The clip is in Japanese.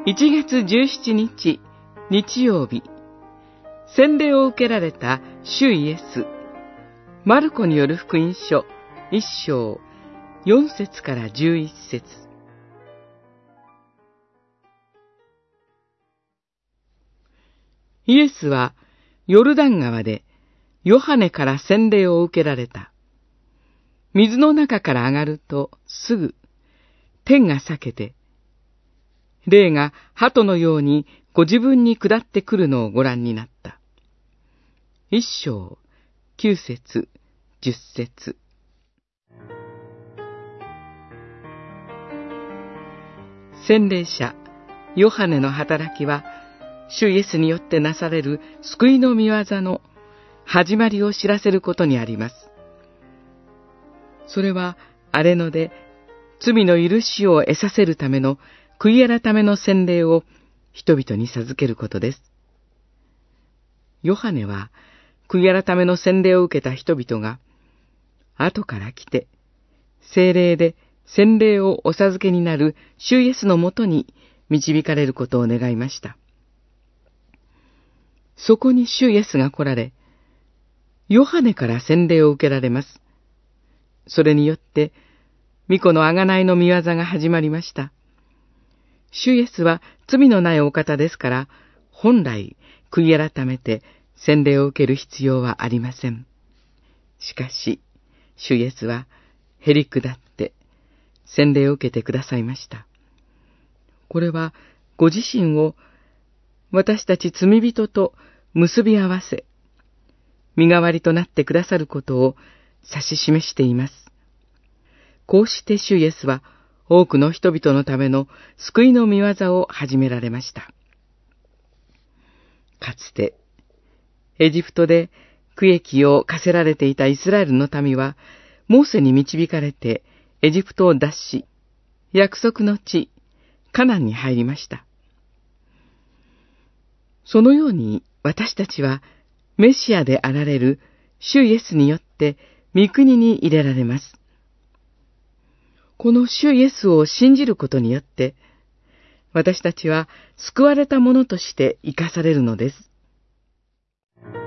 1月17日、日曜日、洗礼を受けられた主イエス、マルコによる福音書1章4節から11節。イエスはヨルダン川でヨハネから洗礼を受けられた。水の中から上がるとすぐ天が裂けて、霊が鳩のようにご自分に下ってくるのをご覧になった。1章9節10節。洗礼者ヨハネの働きは、主イエスによってなされる救いの御業の始まりを知らせることにあります。それは荒野で罪の許しを得させるための悔い改めの洗礼を人々に授けることです。ヨハネは悔い改めの洗礼を受けた人々が後から来て聖霊で洗礼をお授けになる主イエスのもとに導かれることを願いました。そこに主イエスが来られ、ヨハネから洗礼を受けられます。それによって、御子の贖いの御業が始まりました。主イエスは罪のないお方ですから、本来悔い改めて洗礼を受ける必要はありません。しかし、主イエスはへりくだって洗礼を受けてくださいました。これはご自身を私たち罪人と結び合わせ、身代わりとなってくださることを指し示しています。こうして主イエスは多くの人々のための救いの御業を始められました。かつて、エジプトで苦役を課せられていたイスラエルの民は、モーセに導かれてエジプトを脱し、約束の地、カナンに入りました。そのように私たちはメシアであられる主イエスによって御国に入れられます。この主イエスを信じることによって、私たちは救われた者として生かされるのです。